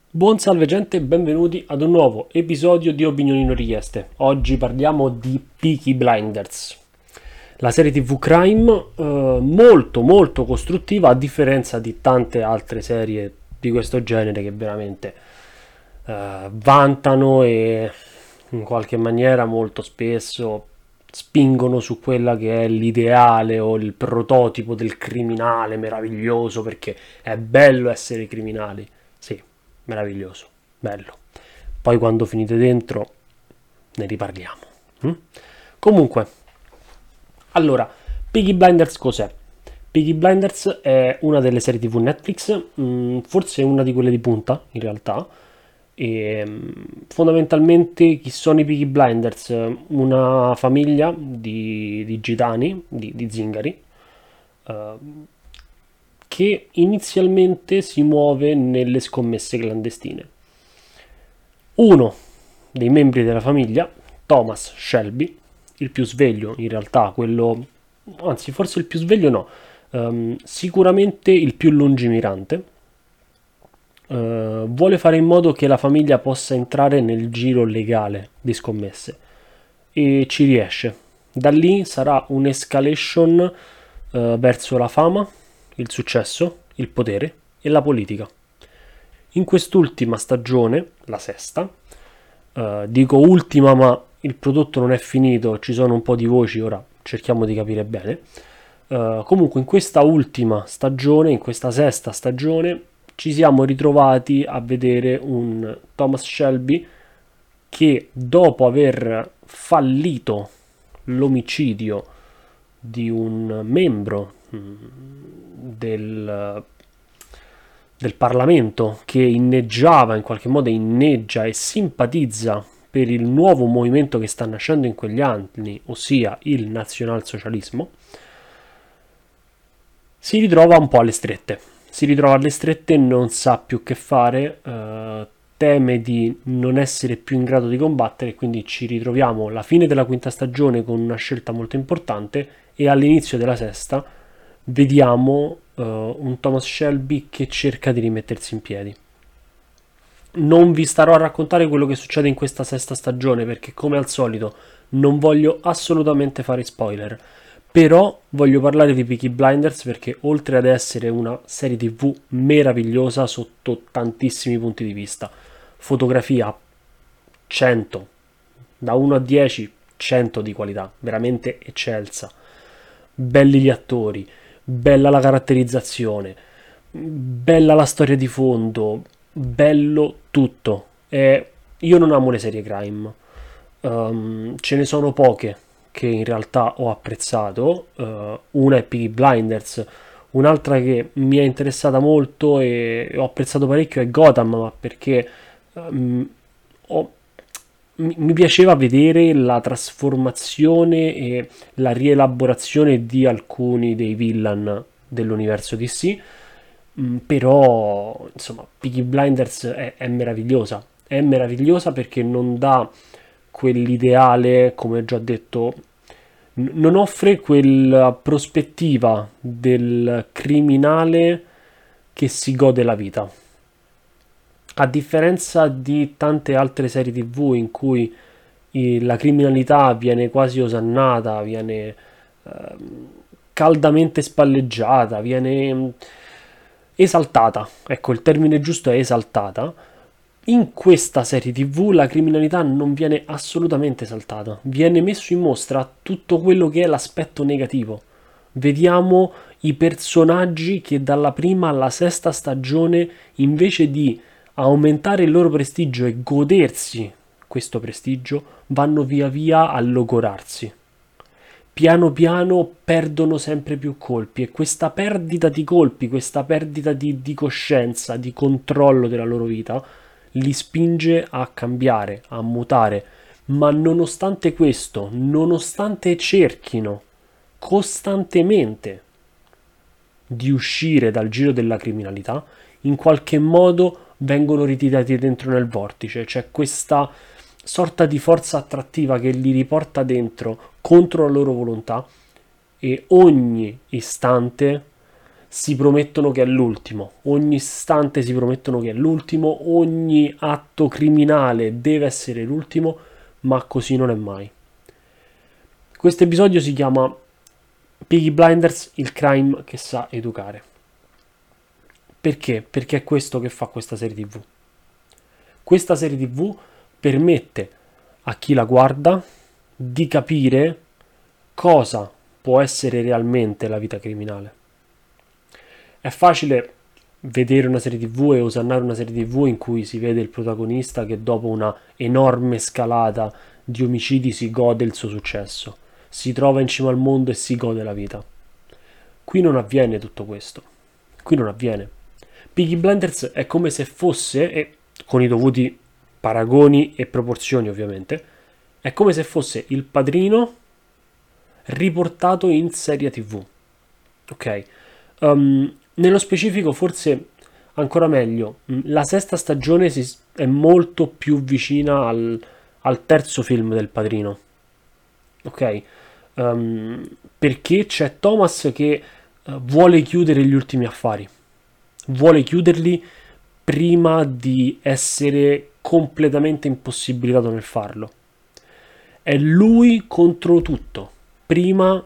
Buon salve gente e benvenuti ad un nuovo episodio di Opinioni non richieste. Oggi parliamo di Peaky Blinders, la serie TV crime molto costruttiva a differenza di tante altre serie di questo genere che veramente vantano e in qualche maniera molto spesso spingono su quella che è l'ideale o il prototipo del criminale meraviglioso perché è bello essere criminali. Sì, meraviglioso, bello. Poi quando finite dentro ne riparliamo. Mm? Comunque, allora, Peaky Blinders cos'è? Peaky Blinders è una delle serie TV Netflix, forse una di quelle di punta in realtà. E fondamentalmente chi sono i Peaky Blinders? Una famiglia di gitani, di zingari, eh, che inizialmente si muove nelle scommesse clandestine. Uno dei membri della famiglia, Thomas Shelby, il più sveglio in realtà, quello, anzi forse il più sveglio no, sicuramente il più lungimirante, vuole fare in modo che la famiglia possa entrare nel giro legale di scommesse e ci riesce. Da lì sarà un'escalation verso la fama, il successo, il potere e la politica. In quest'ultima stagione, la sesta, dico ultima ma il prodotto non è finito, ci sono un po' di voci, ora cerchiamo di capire bene. Comunque in questa ultima stagione, in questa sesta stagione, ci siamo ritrovati a vedere un Thomas Shelby che dopo aver fallito l'omicidio di un membro del Parlamento che inneggiava, in qualche modo inneggia e simpatizza per il nuovo movimento che sta nascendo in quegli anni, ossia il nazionalsocialismo, si ritrova un po' alle strette. Si ritrova alle strette, non sa più che fare, teme di non essere più in grado di combattere, quindi ci ritroviamo alla fine della quinta stagione con una scelta molto importante e all'inizio della sesta vediamo un Thomas Shelby che cerca di rimettersi in piedi. Non vi starò a raccontare quello che succede in questa sesta stagione perché come al solito non voglio assolutamente fare spoiler, però voglio parlare di Peaky Blinders perché oltre ad essere una serie TV meravigliosa sotto tantissimi punti di vista, fotografia 100, da 1 a 10 100 di qualità, veramente eccelsa, belli gli attori, bella la caratterizzazione, bella la storia di fondo, bello tutto. E io non amo le serie crime. Ce ne sono poche che in realtà ho apprezzato. Una è Peaky Blinders, un'altra che mi è interessata molto e ho apprezzato parecchio è Gotham, ma perché ehm, ho- mi piaceva vedere la trasformazione e la rielaborazione di alcuni dei villain dell'universo DC. Però insomma Peaky Blinders è meravigliosa perché non dà quell'ideale, come ho già detto, non offre quella prospettiva del criminale che si gode la vita. A differenza di tante altre serie TV in cui la criminalità viene quasi osannata, viene caldamente spalleggiata, viene esaltata, ecco il termine giusto è esaltata, in questa serie TV la criminalità non viene assolutamente esaltata, viene messo in mostra tutto quello che è l'aspetto negativo. Vediamo i personaggi che dalla prima alla sesta stagione, invece di aumentare il loro prestigio e godersi questo prestigio, vanno via via a logorarsi. Piano piano perdono sempre più colpi e questa perdita di colpi, questa perdita di coscienza, di controllo della loro vita, li spinge a cambiare, a mutare. Ma nonostante questo, nonostante cerchino costantemente di uscire dal giro della criminalità, in qualche modo vengono ritirati dentro nel vortice. C'è questa sorta di forza attrattiva che li riporta dentro contro la loro volontà e ogni istante si promettono che è l'ultimo, ogni istante si promettono che è l'ultimo, ogni atto criminale deve essere l'ultimo, ma così non è mai. Questo episodio si chiama Peaky Blinders, il crime che sa educare. Perché? Perché è questo che fa questa serie TV. Questa serie TV permette a chi la guarda di capire cosa può essere realmente la vita criminale. È facile vedere una serie TV e osannare una serie TV in cui si vede il protagonista che dopo una enorme scalata di omicidi si gode il suo successo, si trova in cima al mondo e si gode la vita. Qui non avviene tutto questo. Qui non avviene. Peaky Blinders è come se fosse, e con i dovuti paragoni e proporzioni ovviamente, è come se fosse Il Padrino riportato in serie TV. Ok? Nello specifico forse ancora meglio, la sesta stagione è molto più vicina al terzo film del Padrino. Ok? Perché c'è Thomas che vuole chiudere gli ultimi affari, vuole chiuderli prima di essere completamente impossibilitato nel farlo. È lui contro tutto. Prima,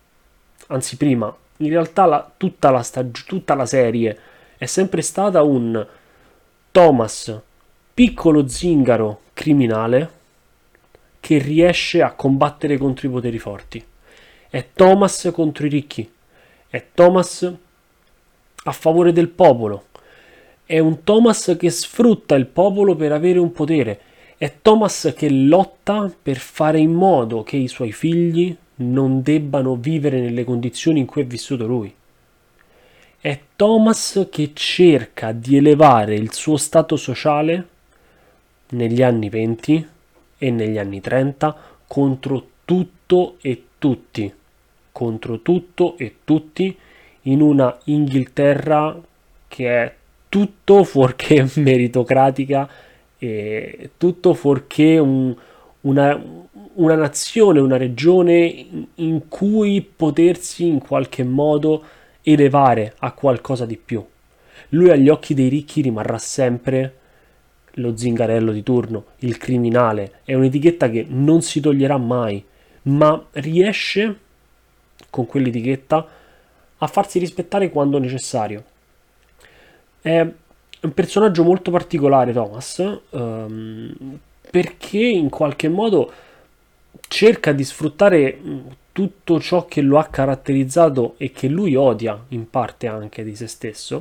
in realtà tutta la serie è sempre stata un Thomas, piccolo zingaro criminale, che riesce a combattere contro i poteri forti. È Thomas contro i ricchi. È Thomas a favore del popolo. È un Thomas che sfrutta il popolo per avere un potere. È Thomas che lotta per fare in modo che i suoi figli non debbano vivere nelle condizioni in cui è vissuto lui. È Thomas che cerca di elevare il suo stato sociale negli anni 20 e negli anni 30 contro tutto e tutti. Contro tutto e tutti in una Inghilterra che è tutto fuorché meritocratica e tutto fuorché una nazione, una regione in cui potersi in qualche modo elevare a qualcosa di più. Lui agli occhi dei ricchi rimarrà sempre lo zingarello di turno, il criminale. È un'etichetta che non si toglierà mai, ma riesce con quell'etichetta a farsi rispettare quando necessario. È un personaggio molto particolare, Thomas, perché in qualche modo cerca di sfruttare tutto ciò che lo ha caratterizzato e che lui odia in parte anche di se stesso,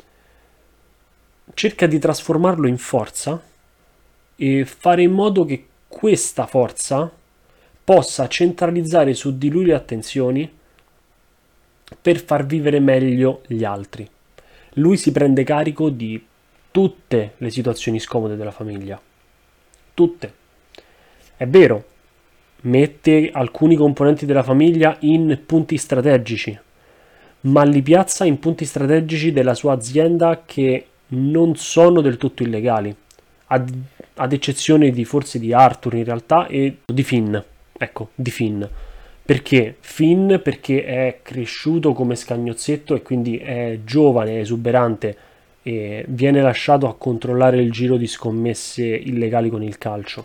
cerca di trasformarlo in forza e fare in modo che questa forza possa centralizzare su di lui le attenzioni per far vivere meglio gli altri. Lui si prende carico di tutte le situazioni scomode della famiglia. Tutte. È vero, mette alcuni componenti della famiglia in punti strategici, ma li piazza in punti strategici della sua azienda che non sono del tutto illegali, ad eccezione di forse di Arthur in realtà e di Finn. Ecco, di Finn. Perché? Finn perché è cresciuto come scagnozzetto e quindi è giovane, è esuberante e viene lasciato a controllare il giro di scommesse illegali con il calcio.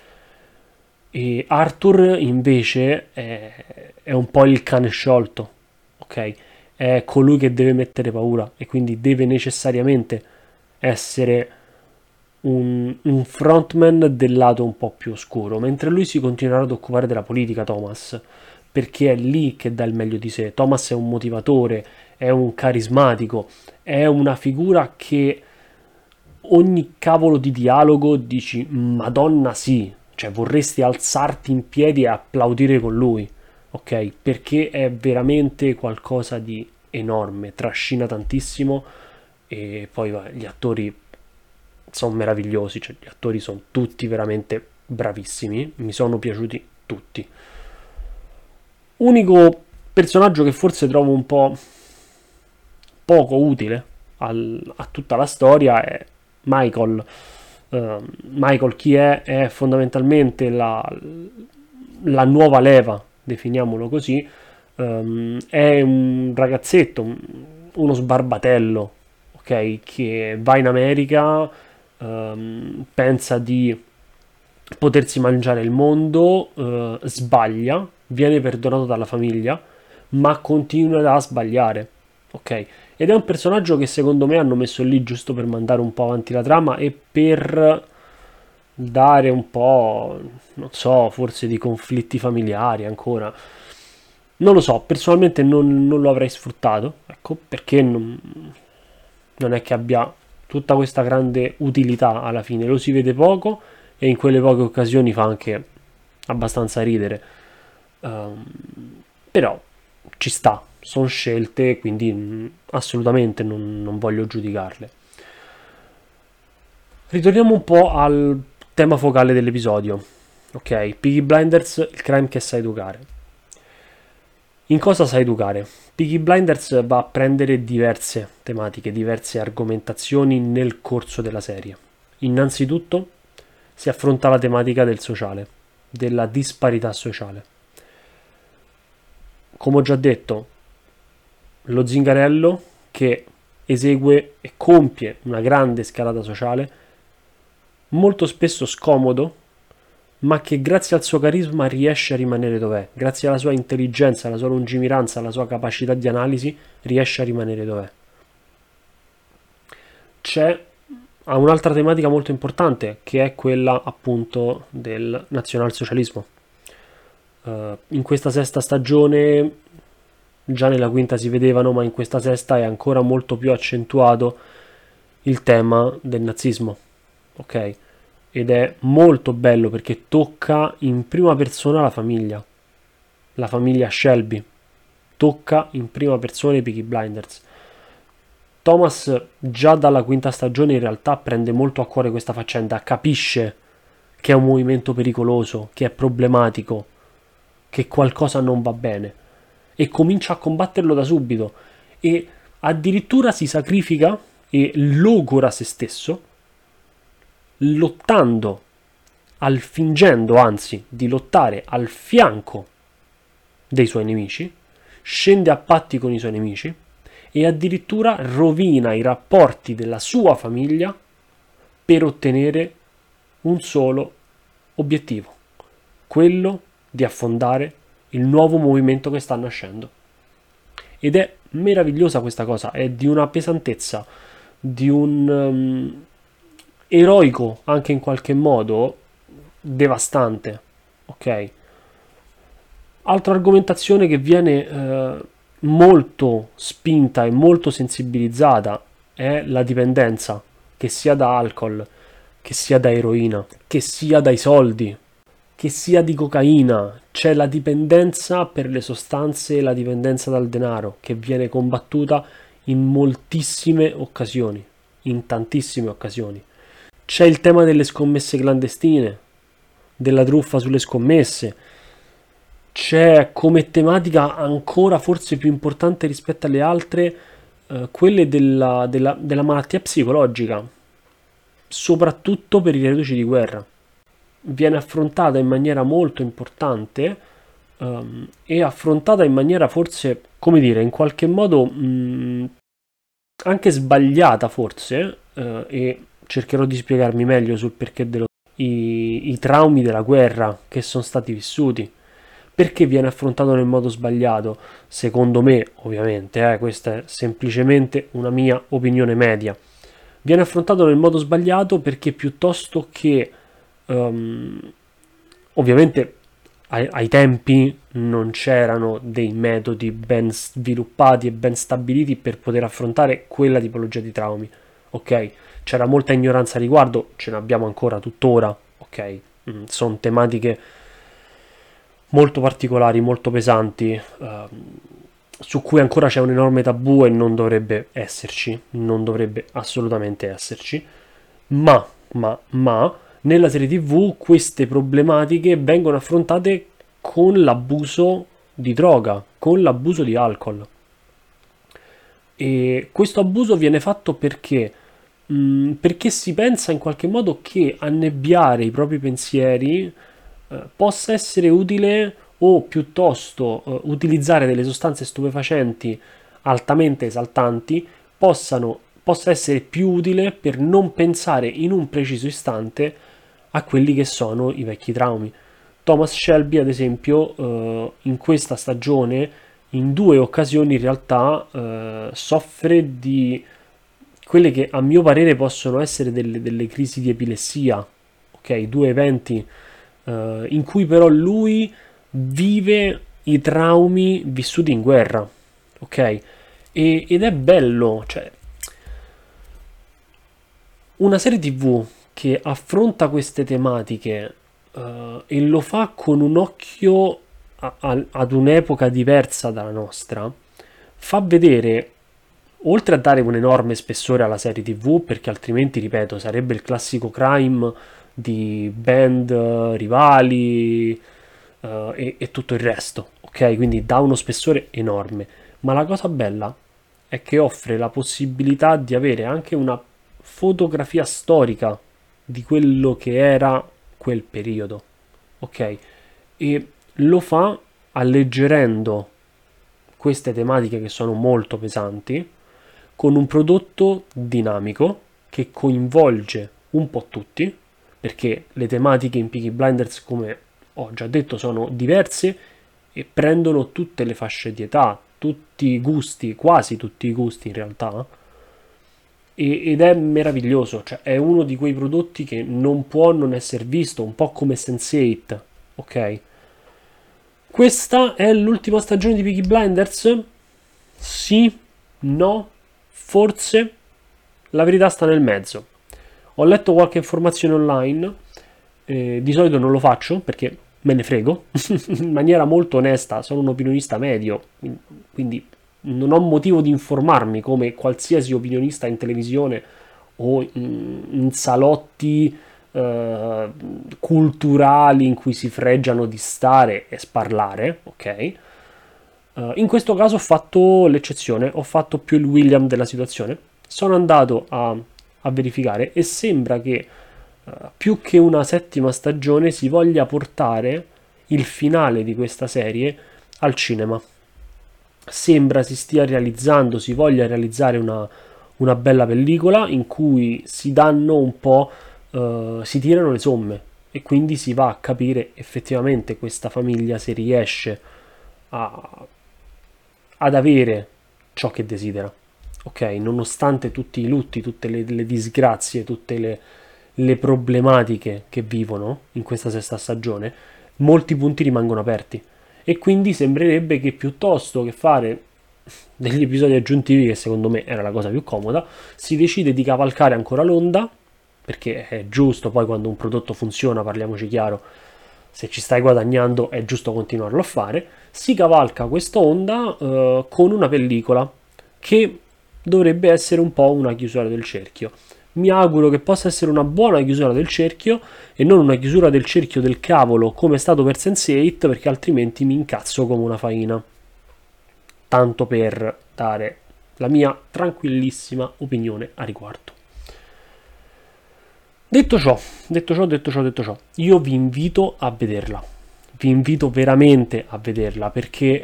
E Arthur invece è un po' il cane sciolto, ok? È colui che deve mettere paura e quindi deve necessariamente essere un frontman del lato un po' più oscuro, mentre lui si continuerà ad occupare della politica, Thomas, perché è lì che dà il meglio di sé. Thomas è un motivatore, è un carismatico, è una figura che ogni cavolo di dialogo dici Madonna sì, cioè vorresti alzarti in piedi e applaudire con lui, ok? Perché è veramente qualcosa di enorme, trascina tantissimo e poi gli attori sono meravigliosi, cioè gli attori sono tutti veramente bravissimi, mi sono piaciuti tutti. Unico personaggio che forse trovo un po' poco utile a tutta la storia è Michael. Michael chi è? È fondamentalmente la nuova leva, definiamolo così. È un ragazzetto, uno sbarbatello, ok, che va in America, pensa di potersi mangiare il mondo, sbaglia, viene perdonato dalla famiglia, ma continua a sbagliare, ok? Ed è un personaggio che secondo me hanno messo lì giusto per mandare un po' avanti la trama e per dare un po', non so, forse di conflitti familiari ancora. Non lo so, personalmente non lo avrei sfruttato, ecco, perché non è che abbia tutta questa grande utilità alla fine, lo si vede poco e in quelle poche occasioni fa anche abbastanza ridere. Ehm, Però ci sta, sono scelte, quindi assolutamente non voglio giudicarle. Ritorniamo un po' al tema focale dell'episodio. Ok, Peaky Blinders, il crime che sa educare. In cosa sa educare? Peaky Blinders va a prendere diverse tematiche, diverse argomentazioni nel corso della serie. Innanzitutto si affronta la tematica del sociale, della disparità sociale. Come ho già detto, lo zingarello che esegue e compie una grande scalata sociale, molto spesso scomodo, ma che grazie al suo carisma riesce a rimanere dov'è, grazie alla sua intelligenza, alla sua lungimiranza, alla sua capacità di analisi, riesce a rimanere dov'è. Ha un'altra tematica molto importante che è quella appunto del nazionalsocialismo. In questa sesta stagione, già nella quinta si vedevano, ma in questa sesta è ancora molto più accentuato il tema del nazismo, ok? Ed è molto bello perché tocca in prima persona la famiglia Shelby, tocca in prima persona i Peaky Blinders. Thomas già dalla quinta stagione in realtà prende molto a cuore questa faccenda, capisce che è un movimento pericoloso, che è problematico, che qualcosa non va bene e comincia a combatterlo da subito e addirittura si sacrifica e logora se stesso lottando, fingendo anzi di lottare al fianco dei suoi nemici, scende a patti con i suoi nemici e addirittura rovina i rapporti della sua famiglia per ottenere un solo obiettivo, quello di affondare il nuovo movimento che sta nascendo. Ed è meravigliosa questa cosa, è di una pesantezza, di un eroico anche in qualche modo devastante, ok? Altra argomentazione che viene molto spinta e molto sensibilizzata è la dipendenza, che sia da alcol, che sia da eroina, che sia dai soldi, che sia di cocaina. C'è la dipendenza per le sostanze e la dipendenza dal denaro che viene combattuta in moltissime occasioni, in tantissime occasioni. C'è il tema delle scommesse clandestine, della truffa sulle scommesse. C'è come tematica ancora forse più importante rispetto alle altre quelle della malattia psicologica, soprattutto per i reduci di guerra. Viene affrontata in maniera molto importante e affrontata in maniera forse, come dire, in qualche modo anche sbagliata forse, e cercherò di spiegarmi meglio sul perché i traumi della guerra che sono stati vissuti. Perché viene affrontato nel modo sbagliato? Secondo me, ovviamente, questa è semplicemente una mia opinione media. Viene affrontato nel modo sbagliato perché piuttosto che ovviamente ai tempi non c'erano dei metodi ben sviluppati e ben stabiliti per poter affrontare quella tipologia di traumi, ok? C'era molta ignoranza a riguardo, ce ne abbiamo ancora tuttora, ok? Sono tematiche molto particolari, molto pesanti, su cui ancora c'è un enorme tabù e non dovrebbe esserci, non dovrebbe assolutamente esserci, ma nella serie TV queste problematiche vengono affrontate con l'abuso di droga, con l'abuso di alcol. E questo abuso viene fatto perché si pensa in qualche modo che annebbiare i propri pensieri possa essere utile o piuttosto utilizzare delle sostanze stupefacenti altamente esaltanti possa essere più utile per non pensare in un preciso istante a quelli che sono i vecchi traumi. Thomas Shelby, ad esempio, in questa stagione, in 2 occasioni in realtà soffre di quelle che a mio parere possono essere delle crisi di epilessia, ok? 2 eventi in cui però lui vive i traumi vissuti in guerra, ok? Ed è bello, cioè, una serie TV che affronta queste tematiche e lo fa con un occhio ad un'epoca diversa dalla nostra, fa vedere, oltre a dare un enorme spessore alla serie TV, perché altrimenti, ripeto, sarebbe il classico crime di band rivali e tutto il resto, ok? Quindi dà uno spessore enorme. Ma la cosa bella è che offre la possibilità di avere anche una fotografia storica di quello che era quel periodo, ok? E lo fa alleggerendo queste tematiche che sono molto pesanti con un prodotto dinamico che coinvolge un po' tutti, perché le tematiche in Peaky Blinders, come ho già detto, sono diverse e prendono tutte le fasce di età, tutti i gusti, quasi tutti i gusti in realtà, ed è meraviglioso, cioè è uno di quei prodotti che non può non essere visto, un po' come Sense8, ok? Questa è l'ultima stagione di Peaky Blinders? Sì, no, forse, la verità sta nel mezzo. Ho letto qualche informazione online, di solito non lo faccio perché me ne frego, in maniera molto onesta, sono un opinionista medio, quindi non ho motivo di informarmi come qualsiasi opinionista in televisione o in salotti culturali in cui si fregiano di stare e sparlare, ok? In questo caso ho fatto l'eccezione, ho fatto più il William della situazione, sono andato a verificare e sembra che più che una settima stagione si voglia portare il finale di questa serie al cinema. Sembra si stia realizzando, si voglia realizzare una bella pellicola in cui si danno un po', si tirano le somme e quindi si va a capire effettivamente questa famiglia se riesce a, ad avere ciò che desidera, ok? Nonostante tutti i lutti, tutte le disgrazie, tutte le problematiche che vivono in questa sesta stagione, molti punti rimangono aperti. E quindi sembrerebbe che piuttosto che fare degli episodi aggiuntivi, che secondo me era la cosa più comoda, si decide di cavalcare ancora l'onda, perché è giusto poi quando un prodotto funziona, parliamoci chiaro, se ci stai guadagnando è giusto continuarlo a fare, si cavalca questa onda con una pellicola che dovrebbe essere un po' una chiusura del cerchio. Mi auguro che possa essere una buona chiusura del cerchio e non una chiusura del cerchio del cavolo come è stato per Sense8, perché altrimenti mi incazzo come una faina. Tanto per dare la mia tranquillissima opinione a riguardo. Detto ciò, io vi invito a vederla. Vi invito veramente a vederla perché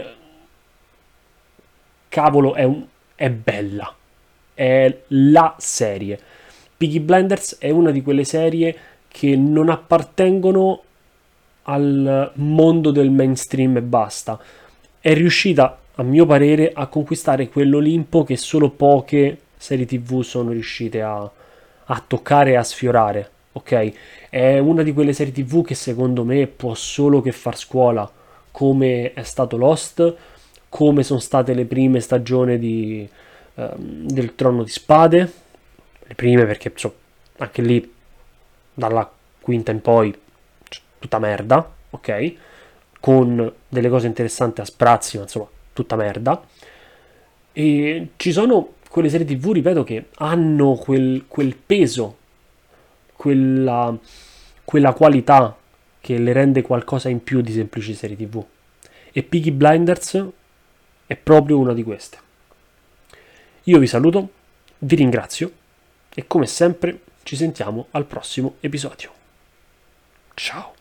cavolo, è bella. È la serie. Peaky Blinders è una di quelle serie che non appartengono al mondo del mainstream e basta. È riuscita, a mio parere, a conquistare quell'Olimpo che solo poche serie TV sono riuscite a toccare e a sfiorare, ok? È una di quelle serie TV che secondo me può solo che far scuola, come è stato Lost, come sono state le prime stagioni del Trono di Spade, le prime perché anche lì dalla quinta in poi tutta merda, ok? Con delle cose interessanti a sprazzi, ma insomma tutta merda. E ci sono quelle serie TV, ripeto, che hanno quel peso, quella, quella qualità che le rende qualcosa in più di semplici serie TV. E Peaky Blinders è proprio una di queste. Io vi saluto, vi ringrazio e come sempre ci sentiamo al prossimo episodio. Ciao!